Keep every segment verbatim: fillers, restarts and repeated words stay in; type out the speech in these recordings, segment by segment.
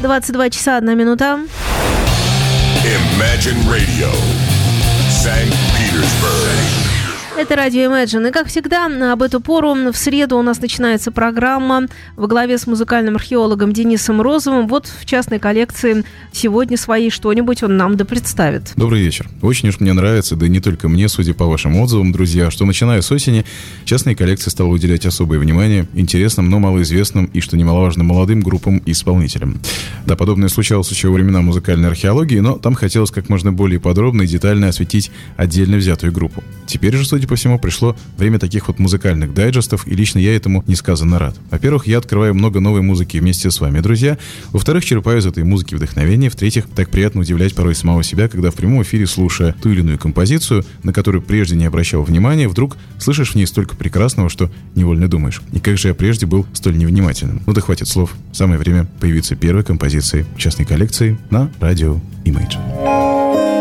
двадцать два часа одна минута. Imagine Radio, Санкт-Петербург. Это радио Imagine. И, как всегда, об эту пору в среду у нас начинается программа во главе с музыкальным археологом Денисом Розовым. Вот в частной коллекции сегодня своей что-нибудь он нам да представит. Добрый вечер. Очень уж мне нравится, да и не только мне, судя по вашим отзывам, друзья, что начиная с осени частная коллекция стала уделять особое внимание интересным, но малоизвестным и, что немаловажно, молодым группам и исполнителям. Да, подобное случалось еще во времена музыкальной археологии, но там хотелось как можно более подробно и детально осветить отдельно взятую группу. Теперь же, судя по всему, пришло время таких вот музыкальных дайджестов, и лично я этому несказанно рад. Во-первых, я открываю много новой музыки вместе с вами, друзья. Во-вторых, черпаю из этой музыки вдохновение. В-третьих, так приятно удивлять порой самого себя, когда в прямом эфире, слушая ту или иную композицию, на которую прежде не обращал внимания, вдруг слышишь в ней столько прекрасного, что невольно думаешь: и как же я прежде был столь невнимательным. Ну да хватит слов. Самое время появиться первой композицией частной коллекции на радио Imagine.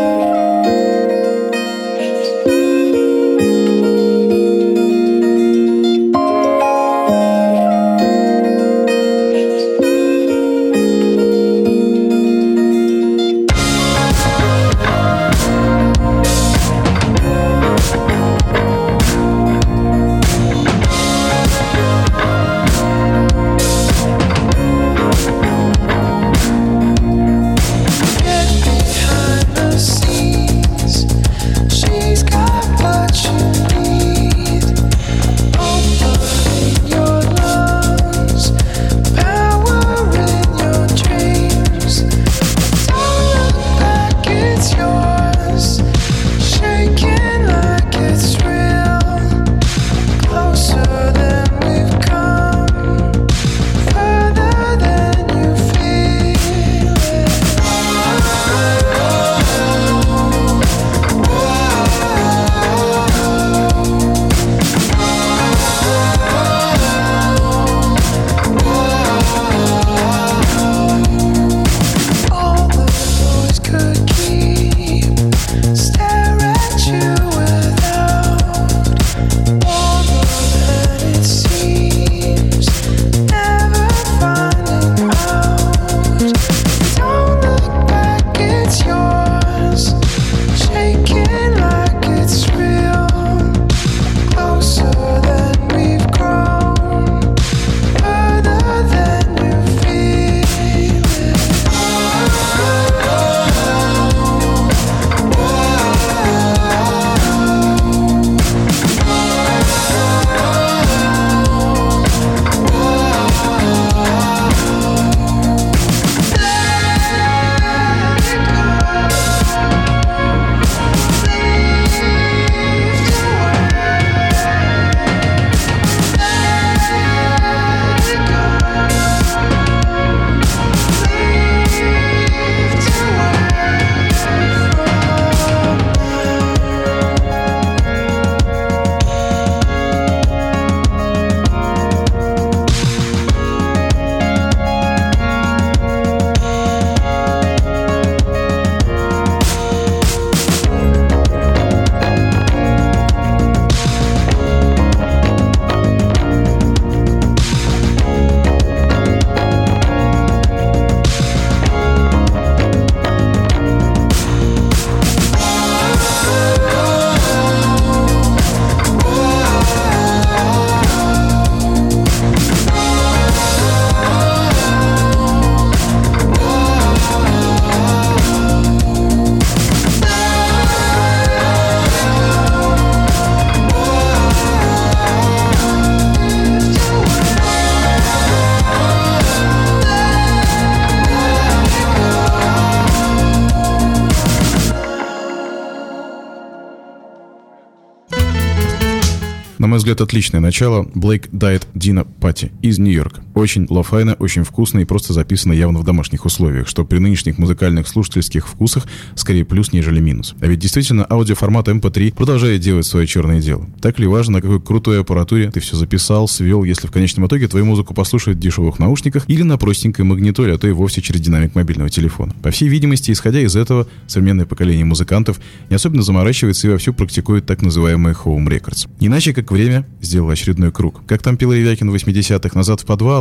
На мой взгляд, отличное начало. Blake Diet Dino Patty из Нью-Йорка. Очень лоу-файно, очень вкусно и просто записано явно в домашних условиях, что при нынешних музыкальных слушательских вкусах скорее плюс, нежели минус. А ведь действительно аудиоформат эм пэ три продолжает делать свое черное дело. Так ли важно, на какой крутой аппаратуре ты все записал, свел, если в конечном итоге твою музыку послушают в дешевых наушниках или на простенькой магнитоле, а то и вовсе через динамик мобильного телефона. По всей видимости, исходя из этого, современное поколение музыкантов не особенно заморачивается и вовсю практикует так называемые home records. Иначе как время сделало очередной круг. Как там пел Ревякин в восьмидесятых, назад в подвал,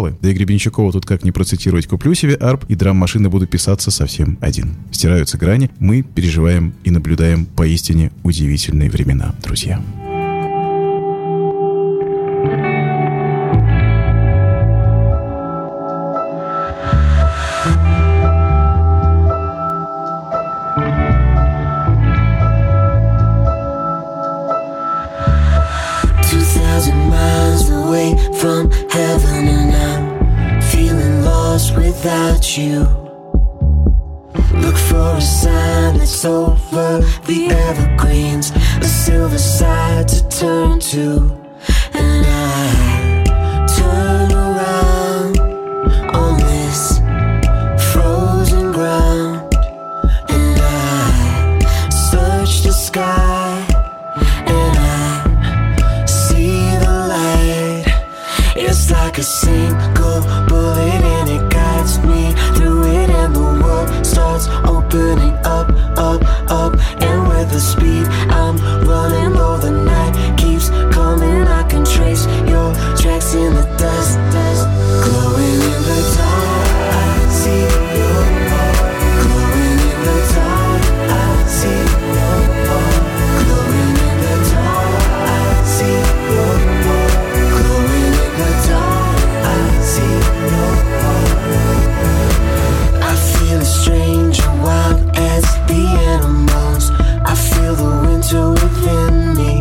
вокалы. Да и Гребенщикова тут как не процитировать: «Куплю себе арп, и драм-машины буду писаться совсем один». Стираются грани, мы переживаем и наблюдаем поистине удивительные времена, друзья. From heaven and I'm feeling lost without you. Look for a sign that's over the evergreens, a silver side to turn to. And I turn around on this frozen ground, and I search the sky, and I see the light. It's like a single bullet and it guides me through it, and the world starts opening up, up, up. And with the speed I'm running low, the night keeps coming. I can trace your tracks in the dust, dust. Glowing in the dark, I see your heart. Glowing in the dark, I see your heart. Glowing in the dark, I see your heart. Glowing in the dark, I see your heart. I feel as strange and wild as the animals. I feel the winter within me.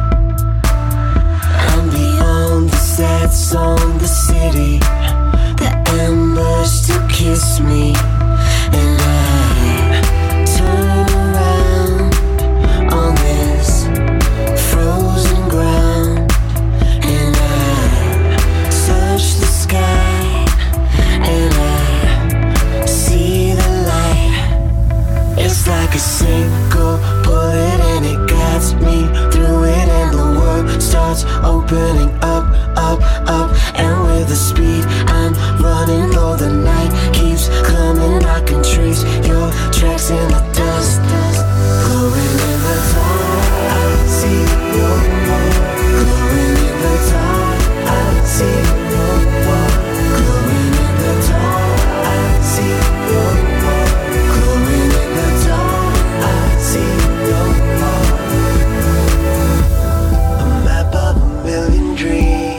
I'm beyond the sad song, the city, the embers still kiss me. And I turn around on this frozen ground, and I search the sky, and I see the light. It's like a single bullet and it guides me through it, and the world starts opening up, up, up. And with the speed I'm running low, the night keeps coming. I can trace your tracks in the dust, dust. Glowing in the dark, I see your heart. Glowing in the dark, I see your heart. Glowing in the dark, I see your heart. Glowing in the dark, I see your heart. A map of a million dreams,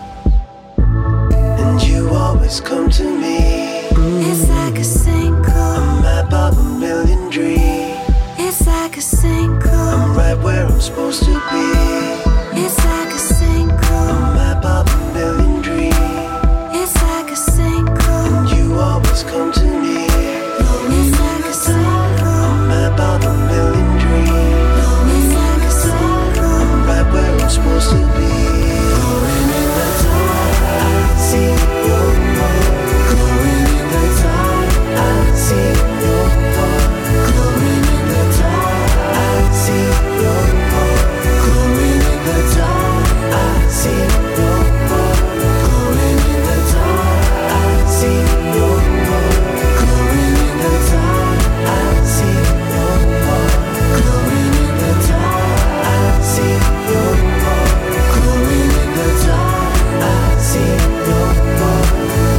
and you always come to me. It's like a single. A map of a million dreams. It's like a single. I'm right where I'm supposed to be. It's like a single. A map of a million dreams. It's like a single. And you always come to me. It's like a single. A map of a million dreams. It's like a single. I'm right where I'm supposed to be. Glowing in the dark, I see your heart. Glowing in the dark, I see your heart. Glowing in the dark, I see your heart. Glowing in the dark, I see your heart. Glowing in the dark, I see your heart. Glowing in the dark, I see your heart. Glowing in the dark, I see your heart. Glowing in the dark, I see your heart.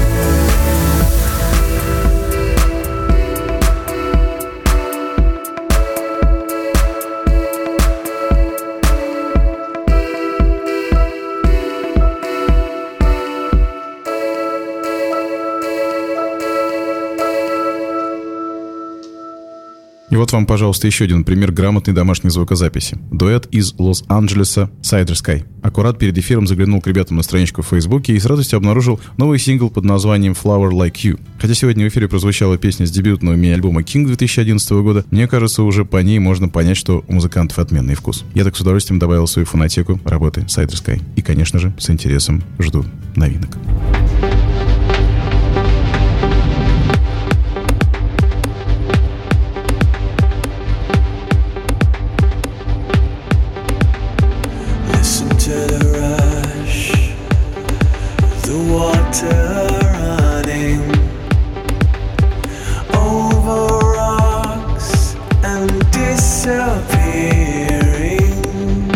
И вот вам, пожалуйста, еще один пример грамотной домашней звукозаписи. Дуэт из Лос-Анджелеса Cider Sky. Аккурат перед эфиром заглянул к ребятам на страничку в Фейсбуке и с радостью обнаружил новый сингл под названием Flower Like You. Хотя сегодня в эфире прозвучала песня с дебютного мини-альбома King две тысячи одиннадцатого года, мне кажется, уже по ней можно понять, что у музыкантов отменный вкус. Я так с удовольствием добавил в свою фонотеку работы Cider Sky. И, конечно же, с интересом жду новинок.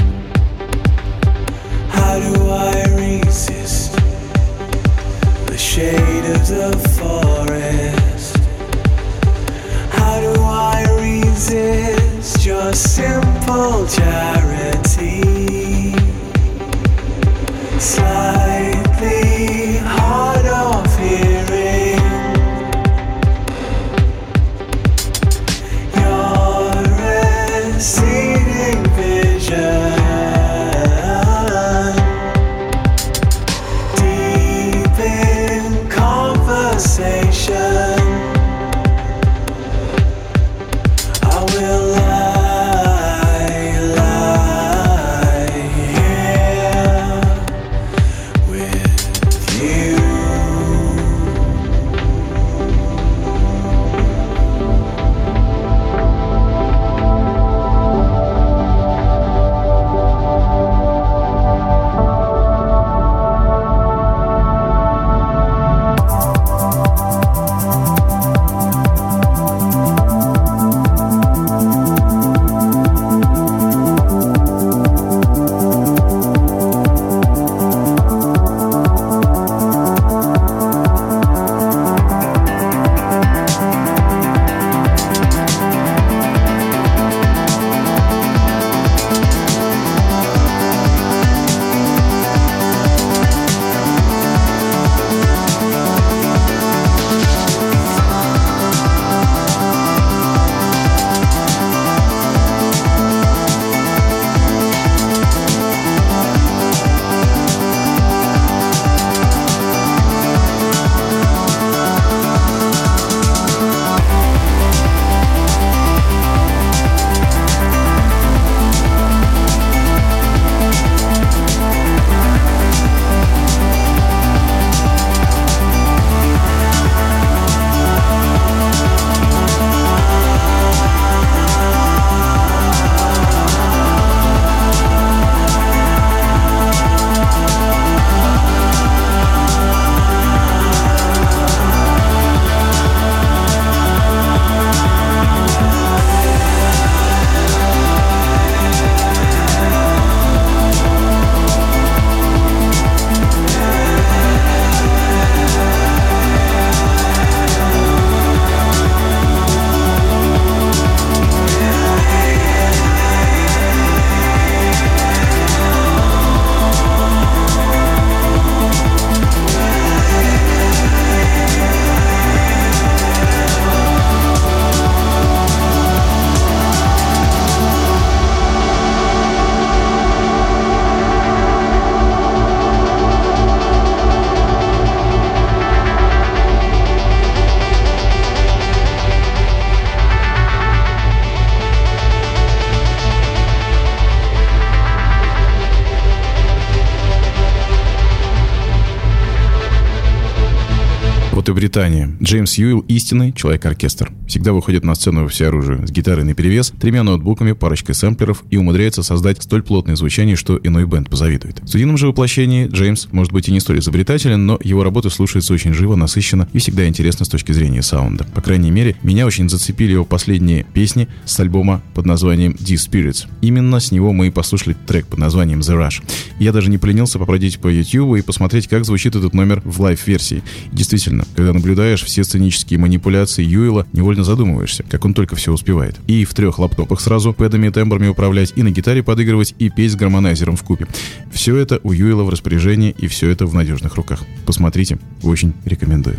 The shade of the forest. How do I resist your simple charity? Slightly hard of hearing, your receding vision. Вот и Британия. Джеймс Юил – истинный человек-оркестр. Всегда выходит на сцену во всеоружии, с гитарой наперевес, тремя ноутбуками, парочкой сэмплеров и умудряется создать столь плотное звучание, что иной бэнд позавидует. В студийном же воплощении Джеймс может быть и не столь изобретателен, но его работа слушается очень живо, насыщенно и всегда интересно с точки зрения саунда. По крайней мере, меня очень зацепили его последние песни с альбома под названием These Spirits. Именно с него мы и послушали трек под названием The Rush. Я даже не поленился побродить по YouTube и посмотреть, как звучит этот номер в лайв-версии. И действительно, когда наблюдаешь все сценические манипуляции Юила, невольно задумываешься, как он только все успевает. И в трех лаптопах сразу пэдами и тембрами управлять, и на гитаре подыгрывать, и петь с гармонайзером вкупе. Все это у Юила в распоряжении, и все это в надежных руках. Посмотрите, очень рекомендую.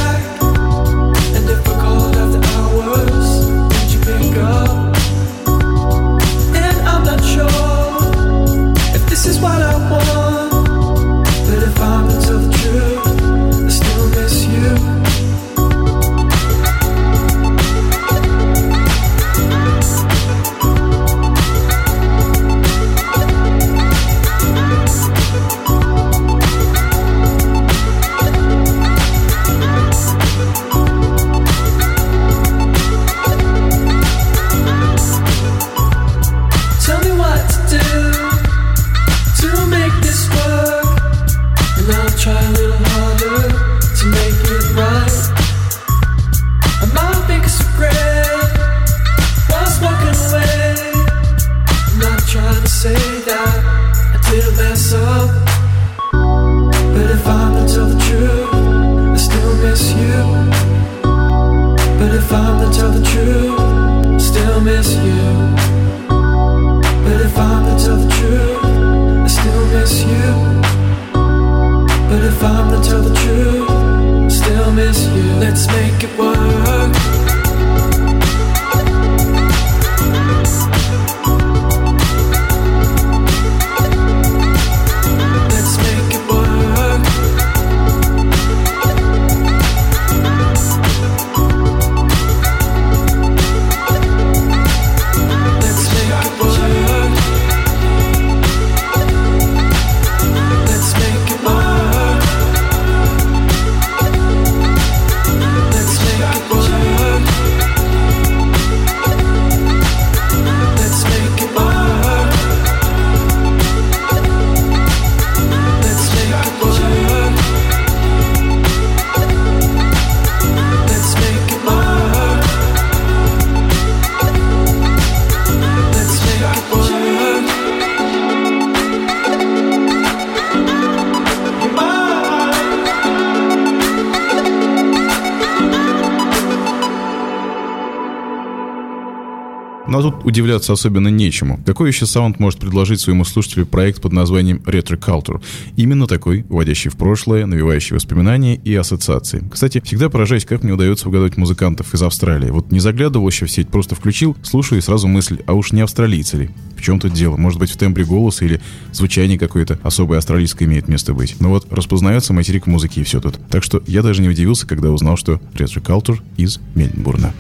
And if I called after hours, would you pick up? Но тут удивляться особенно нечему. Какой еще саунд может предложить своему слушателю проект под названием Retro Culture? Именно такой, уводящий в прошлое, навевающий воспоминания и ассоциации. Кстати, всегда поражаюсь, как мне удается угадывать музыкантов из Австралии. Вот не заглядывал еще в сеть, просто включил, слушаю и сразу мысль, а уж не австралийцы ли? В чем тут дело? Может быть, в тембре голоса или звучание какое-то особое австралийское имеет место быть. Но вот распознается материк в музыке и все тут. Так что я даже не удивился, когда узнал, что Retro Culture из Мельбурна.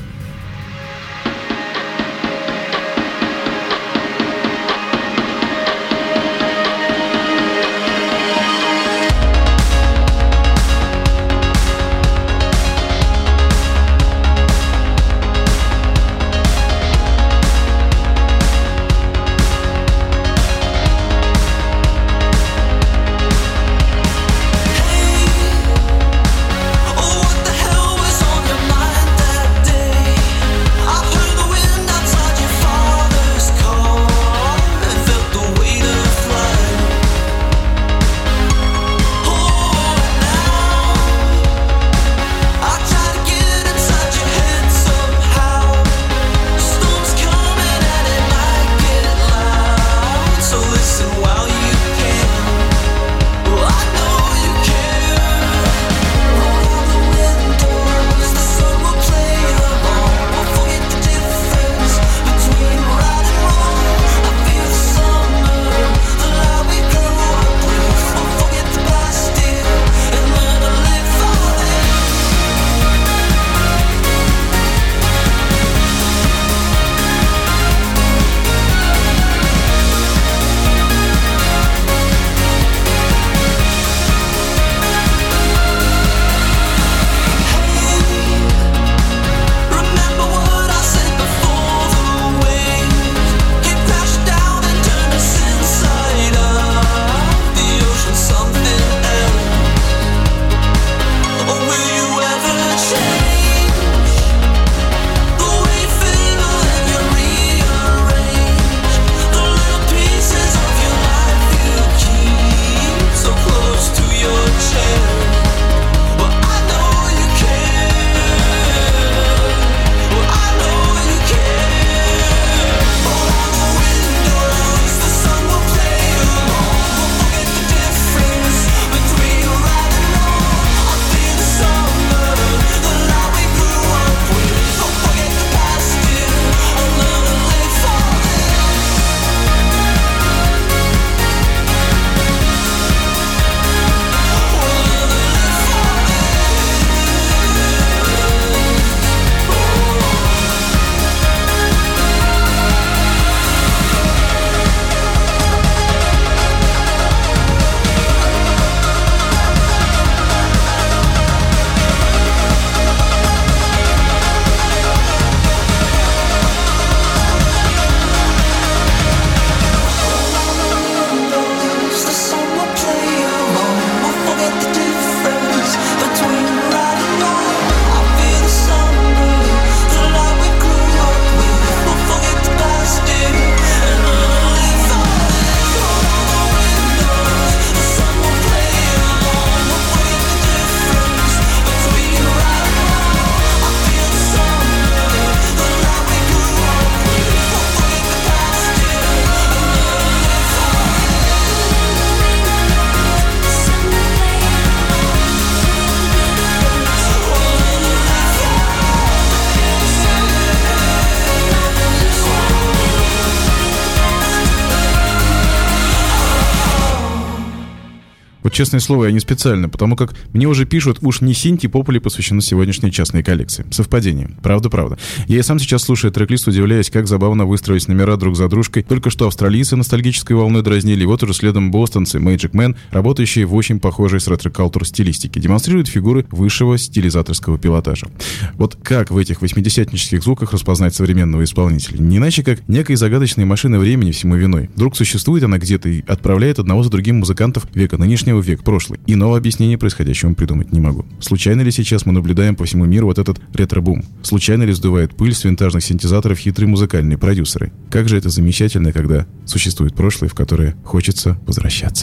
Вот честное слово, я не специально, потому как мне уже пишут, уж не Синти Поп ли посвящена сегодняшней частной коллекции. Совпадение. Правда-правда. Я и сам сейчас, слушая трек-лист, удивляюсь, как забавно выстроились номера друг за дружкой. Только что австралийцы ностальгической волной дразнили, и вот уже следом бостонцы, Magic Man, работающие в очень похожей с ретро-культур стилистике, демонстрируют фигуры высшего стилизаторского пилотажа. Вот как в этих восьмидесятнических звуках распознать современного исполнителя? Не иначе, как некой загадочной машины времени всему виной. Вдруг существует она где-то и отправляет одного за другим музыкантов века нынешнего в век прошлый. Иного объяснения происходящему придумать не могу. Случайно ли сейчас мы наблюдаем по всему миру вот этот ретро-бум? Случайно ли сдувает пыль с винтажных синтезаторов хитрые музыкальные продюсеры? Как же это замечательно, когда существует прошлое, в которое хочется возвращаться.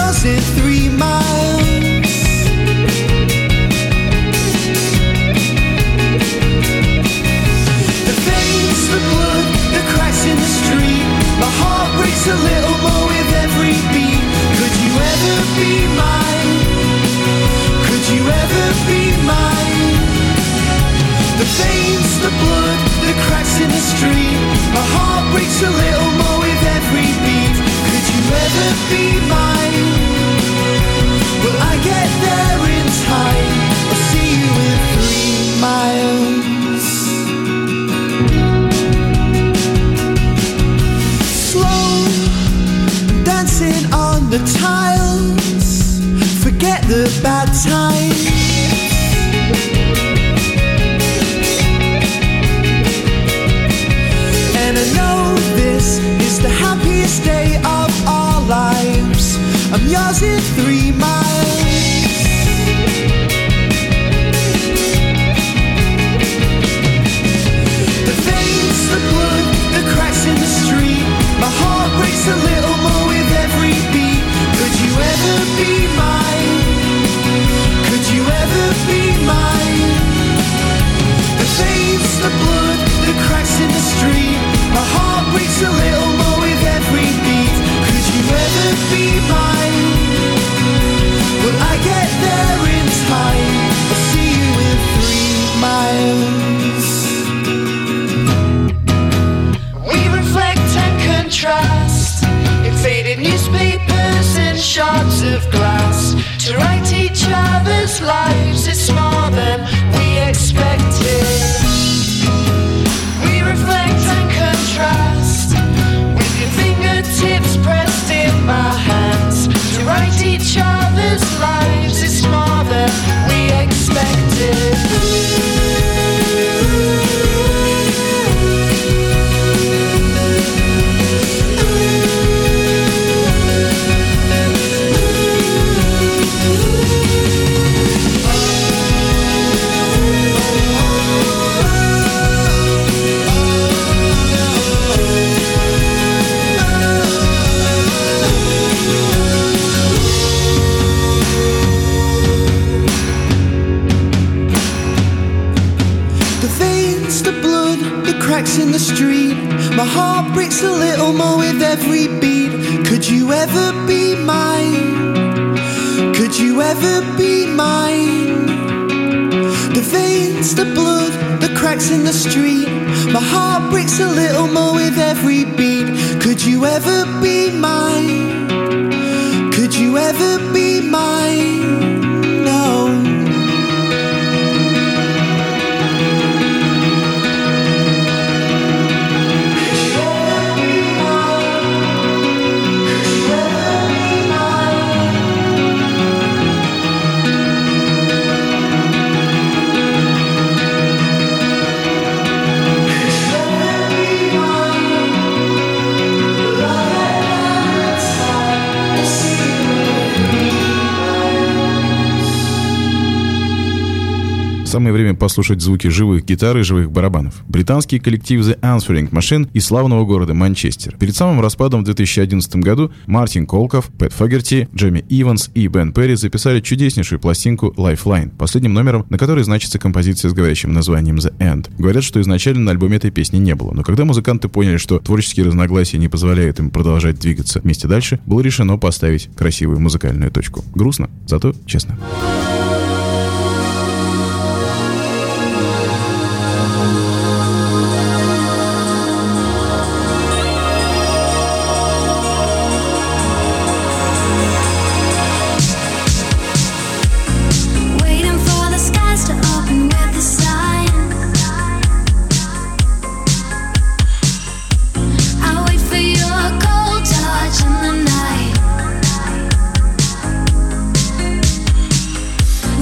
yours in three miles. The veins, the blood, the cracks in the street. My heart breaks a little more with every beat. Could you ever be mine? Could you ever be mine? The veins, the blood, the cracks in the street. My heart breaks a little more with every beat. Could you ever be mine? Will I get there in time? I'll see you in three miles. Slow, dancing on the tiles. Forget the bad times. And I know this is the happiest day of our lives. I'm yours in three miles. The veins, the blood, the cracks in the street. My heart breaks a little more with every beat. Could you ever be mine? Could you ever be mine? The veins, the blood, the cracks in the street. My heart breaks a little more with every beat. Could you ever be mine? Will I get there in time? I'll see you in three miles. We reflect and contrast in faded newspapers and shards of glass. To write each other's lives is more than we expected. We reflect and contrast with your fingertips pressed in my hands. To write each other's lives is more than we expected. In the street, my heart breaks a little more with every beat. Could you ever be mine? Could you ever be mine? The veins, the blood, the cracks in the street. My heart breaks a little more with every beat. Could you ever be mine? Could you ever be mine? No. Самое время послушать звуки живых гитар и живых барабанов. Британский коллектив The Answering Machine из славного города Манчестер. Перед самым распадом в две тысячи одиннадцатом году Мартин Колков, Пэт Фогерти, Джейми Иванс и Бен Перри записали чудеснейшую пластинку Lifeline, последним номером, на которой значится композиция с говорящим названием The End. Говорят, что изначально на альбоме этой песни не было, но когда музыканты поняли, что творческие разногласия не позволяют им продолжать двигаться вместе дальше, было решено поставить красивую музыкальную точку. Грустно, зато честно. Touch in the night.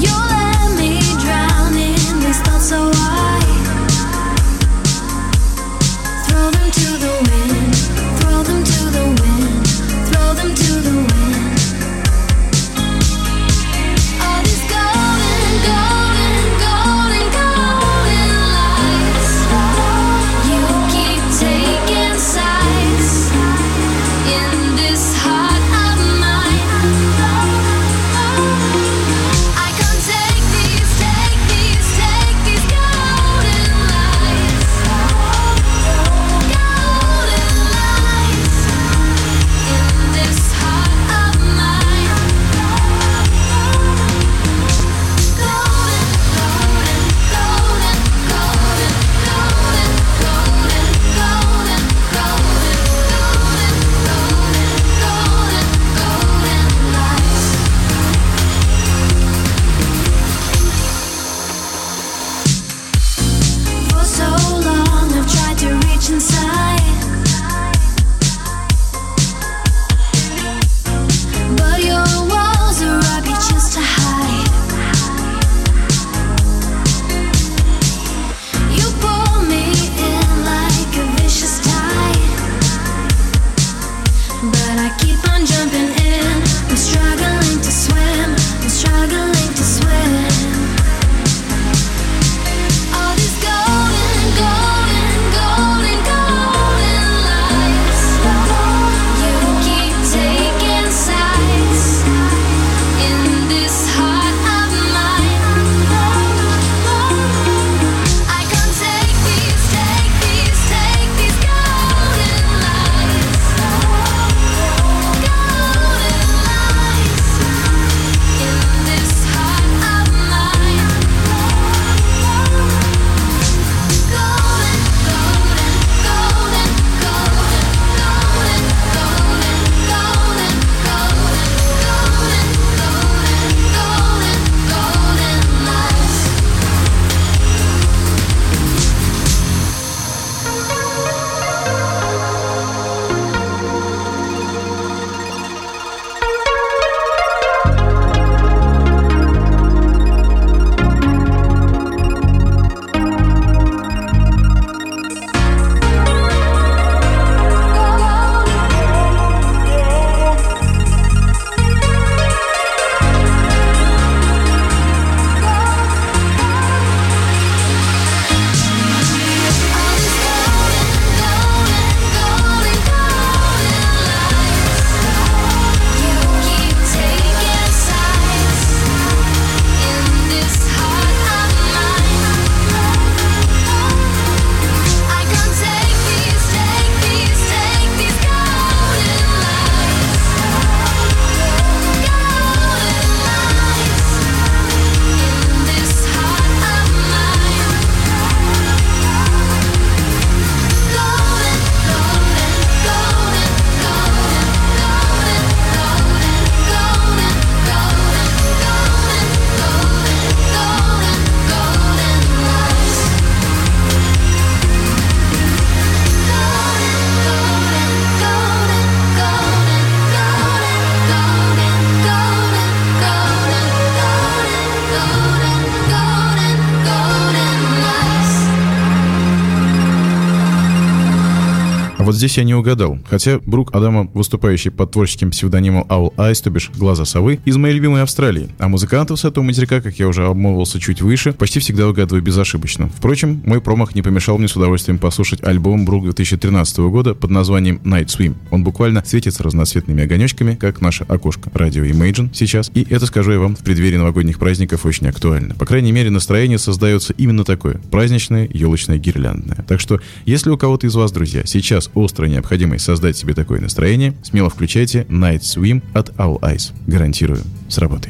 Вот здесь я не угадал. Хотя Брук Адама, выступающий под творческим псевдонимом Owl Eyes, то бишь «Глаза совы», из моей любимой Австралии. А музыкантов с этого материка, как я уже обмолвился чуть выше, почти всегда угадываю безошибочно. Впрочем, мой промах не помешал мне с удовольствием послушать альбом Брук две тысячи тринадцатого года под названием Night Swim. Он буквально светится разноцветными огонечками, как наше окошко радио Imagine сейчас. И это, скажу я вам, в преддверии новогодних праздников очень актуально. По крайней мере, настроение создается именно такое. Праздничное, елочное, гирляндное. Так что, если у кого-то из вас, друзья, сейчас острая необходимость создать себе такое настроение, смело включайте Night Swim от Owl Eyes. Гарантирую, сработает.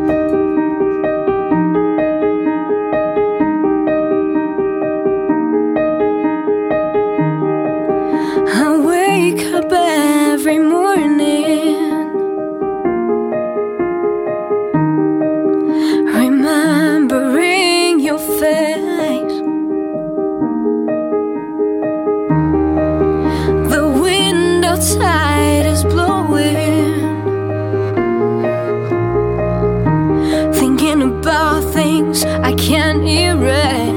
Every morning, remembering your face, the wind outside is blowing, thinking about things I can't erase.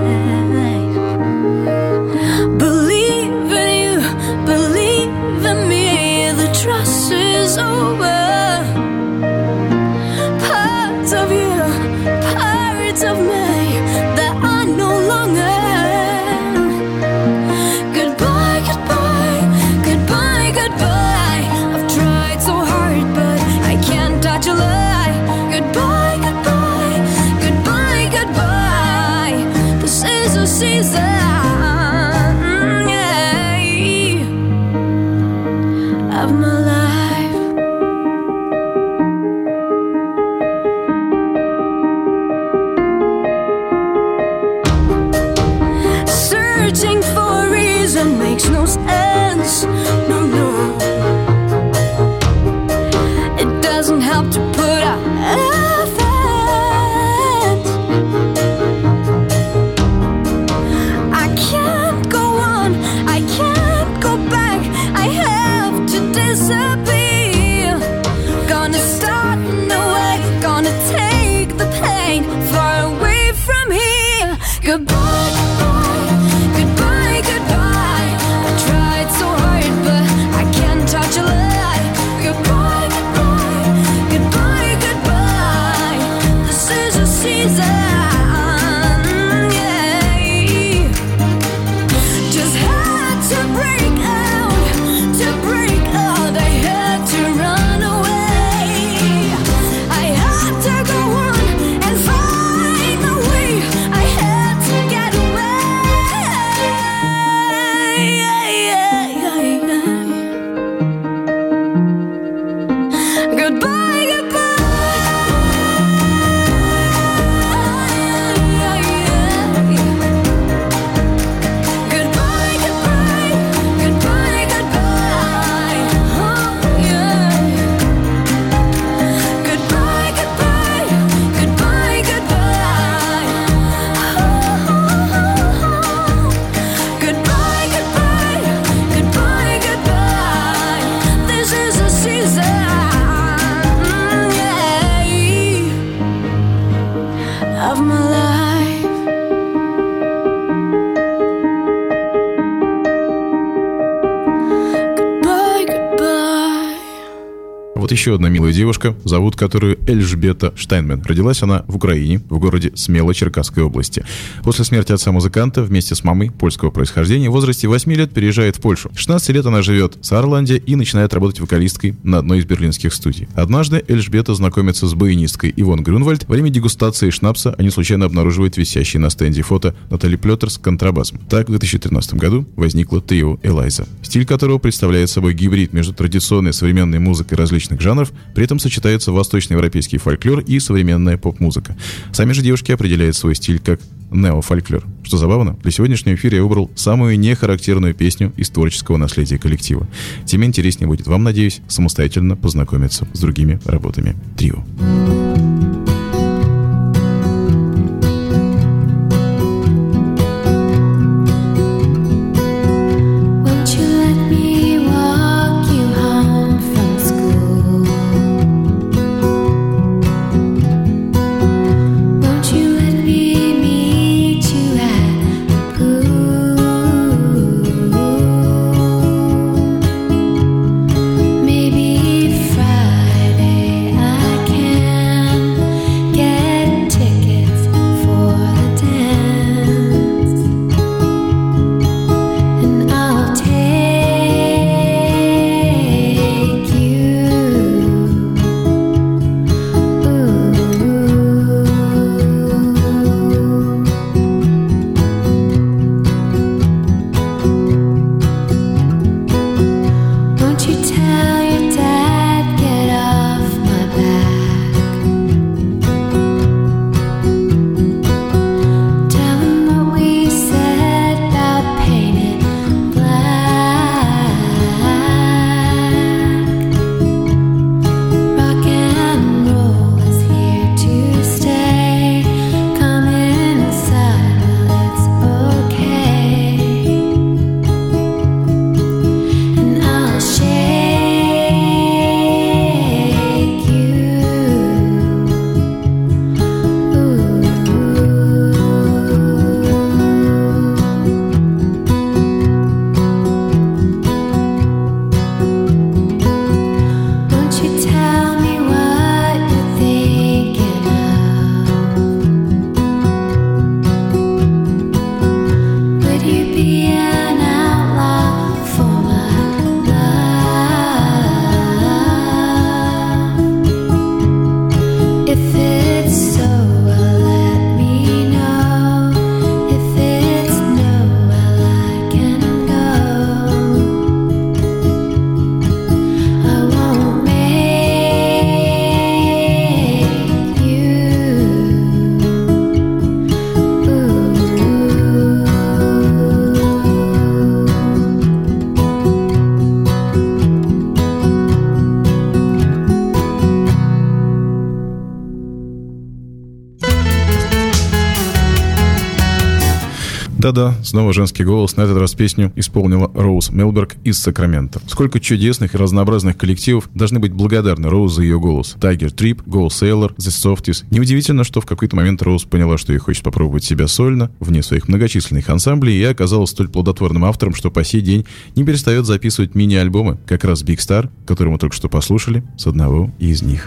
Trust is over. Parts of you, parts of me that are no longer. Goodbye, goodbye, goodbye, goodbye. I've tried so hard, but I can't touch a lie. Goodbye, goodbye, goodbye, goodbye. This is a season. Makes no sense, no, no. It doesn't help to put up effort. I can't go on, I can't go back. I have to disappear. Gonna start no way, gonna take the pain far away from here. Goodbye, goodbye, goodbye, goodbye. Tried so hard, but I can't touch a lie. Goodbye, goodbye, goodbye, goodbye. This is a season, yeah. Just had to break out, to break out. I had to run away. I had to go on and find my way. I had to get away. Goodbye, goodbye, goodbye, goodbye, goodbye. Oh yeah. Goodbye, goodbye, goodbye, goodbye. Oh, goodbye, goodbye, goodbye, goodbye. This is a season. Of my life. Goodbye, goodbye. Вот еще одна милая девушка, зовут которую Эльжбета Штайнмен. Родилась она в Украине, в городе Смело Черкасской области. После смерти отца-музыканта вместе с мамой польского происхождения в возрасте восьми лет переезжает в Польшу. В шестнадцать лет она живет в Саарланде и начинает работать вокалисткой на одной из берлинских студий. Однажды Эльжбета знакомится с баянисткой Ивон Грюнвальд. Во время дегустации шнапса они случайно обнаруживают висящие на стенде фото Натали Плётер с контрабасом. Так в две тысячи тринадцатом году возникло трио Элайза, стиль которого представляет собой гибрид между традиционной и современной музыкой различных жанров, при этом сочетается восточноевропейский фольклор и современная поп-музыка. Сами же девушки определяют свой стиль как неофольклор. Что забавно, для сегодняшнего эфира я выбрал самую нехарактерную песню из творческого наследия коллектива. Тем интереснее будет вам, надеюсь, самостоятельно познакомиться с другими работами трио. Ooh. Да-да, снова женский голос. На этот раз песню исполнила Роуз Мелберг из Сакрамента. Сколько чудесных и разнообразных коллективов должны быть благодарны Роуз за ее голос. Tiger Trip, Go Sailor, The Softies. Неудивительно, что в какой-то момент Роуз поняла, что ей хочет попробовать себя сольно, вне своих многочисленных ансамблей, и оказалась столь плодотворным автором, что по сей день не перестает записывать мини-альбомы, как раз Big Star, который мы только что послушали, с одного из них.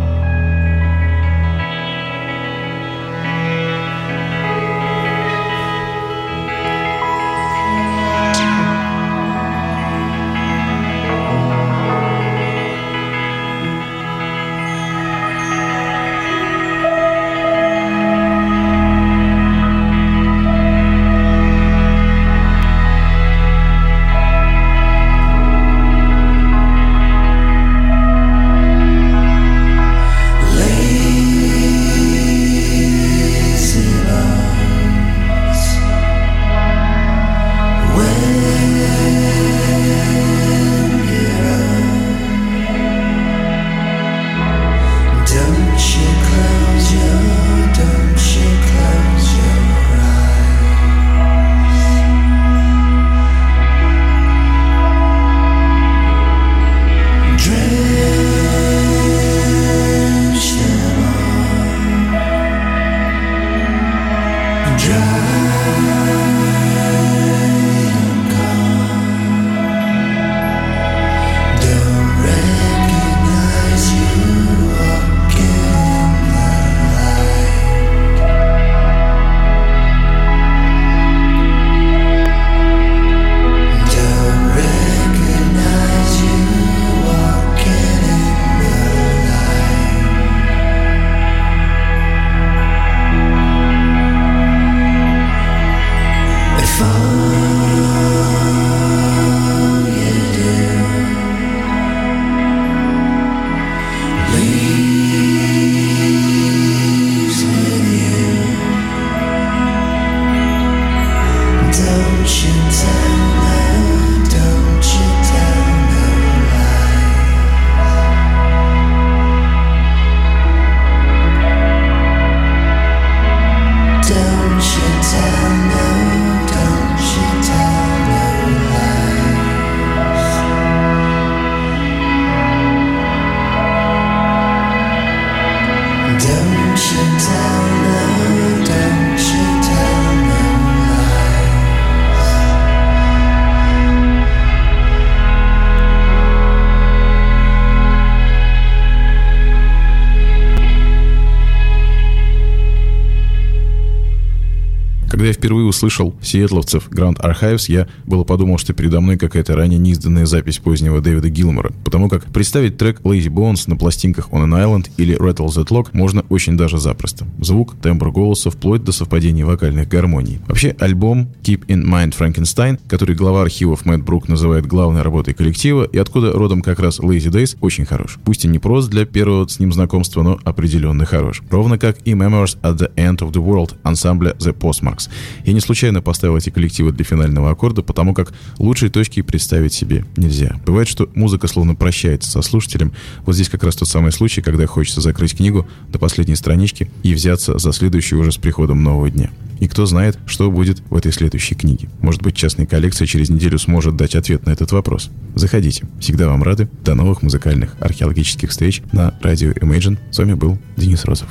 Когда я впервые услышал сиэтловцев Grand Archives, я было подумал, что передо мной какая-то ранее неизданная запись позднего Дэвида Гилмора, потому как представить трек Lazy Bones на пластинках On an Island или Rattle That Lock можно очень даже запросто. Звук, тембр голоса, вплоть до совпадений вокальных гармоний. Вообще, альбом Keep in Mind Frankenstein, который глава архивов Мэтт Брук называет главной работой коллектива, и откуда родом как раз Lazy Days, очень хорош. Пусть и не прост для первого с ним знакомства, но определенно хорош. Ровно как и Memoirs at the End of the World ансамбля The Postmarks. Я не случайно поставил эти коллективы для финального аккорда, потому как лучшей точки представить себе нельзя. Бывает, что музыка словно прощается со слушателем. Вот здесь как раз тот самый случай, когда хочется закрыть книгу до последней странички и взяться за следующую уже с приходом нового дня. И кто знает, что будет в этой следующей книге. Может быть, частная коллекция через неделю сможет дать ответ на этот вопрос. Заходите. Всегда вам рады. До новых музыкальных археологических встреч на радио Imagine. С вами был Денис Розов.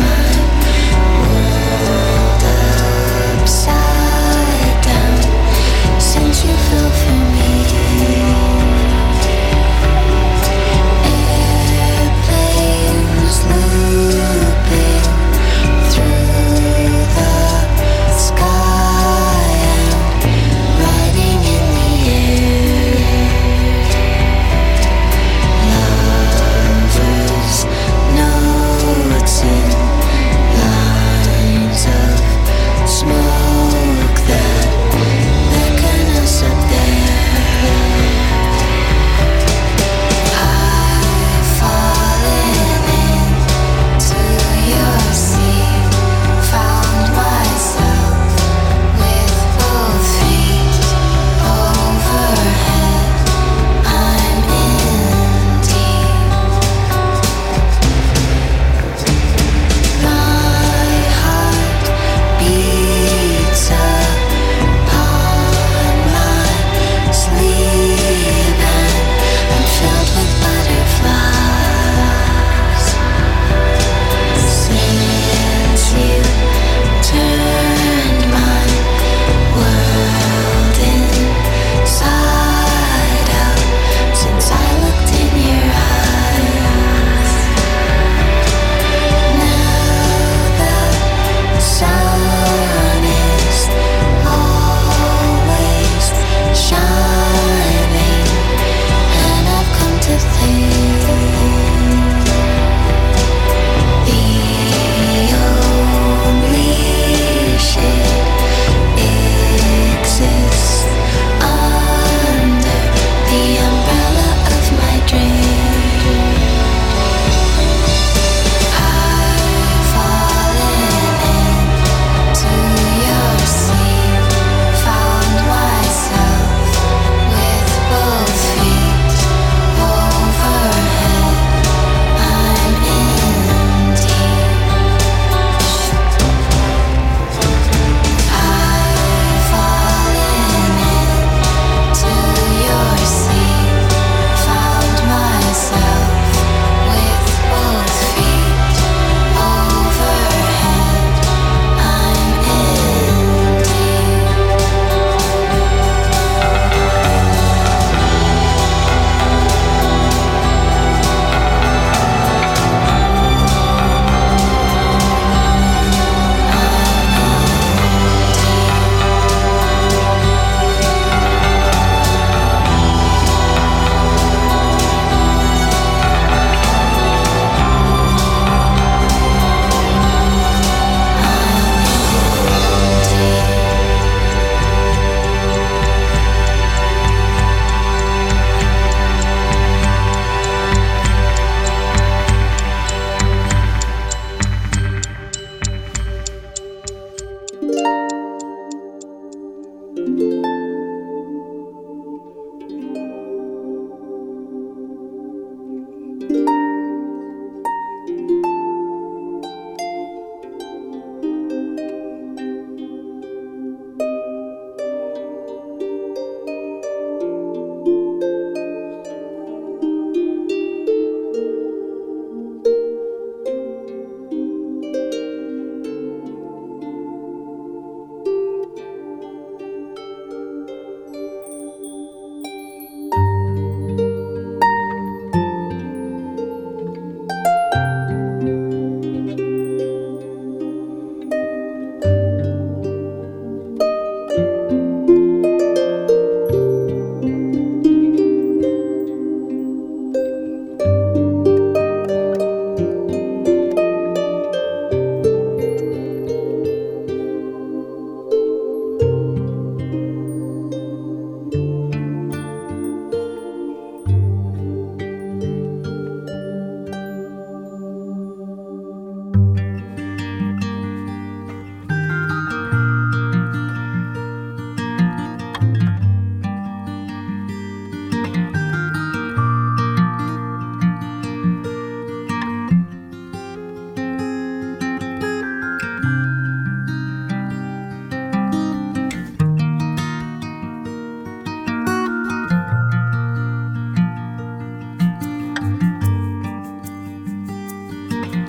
Upside down.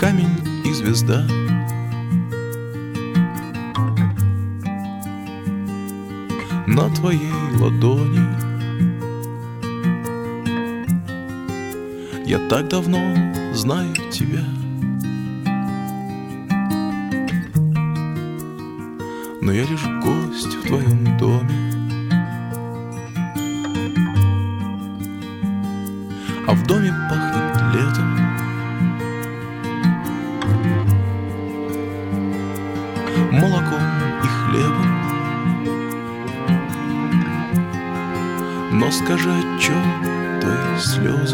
камень и звезда. На твоей ладони я так давно знаю тебя, но я лишь гость в твоем доме. А в доме пахнет летом, молоком и хлебом. Но скажи, о чем твои слезы,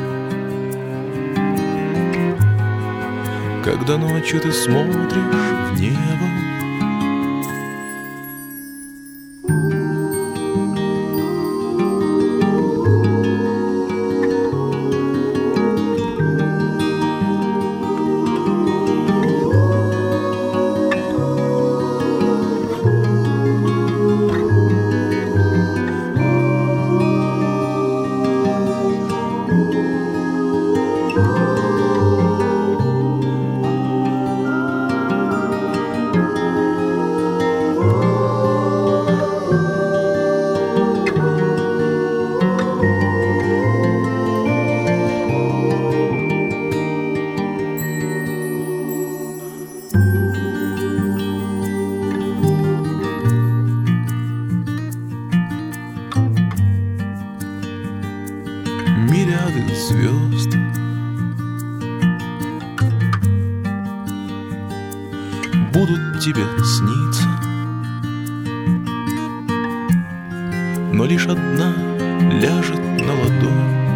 когда ночью ты смотришь в небо? Мириады звезд будут тебе сниться, но лишь одна ляжет на ладонь.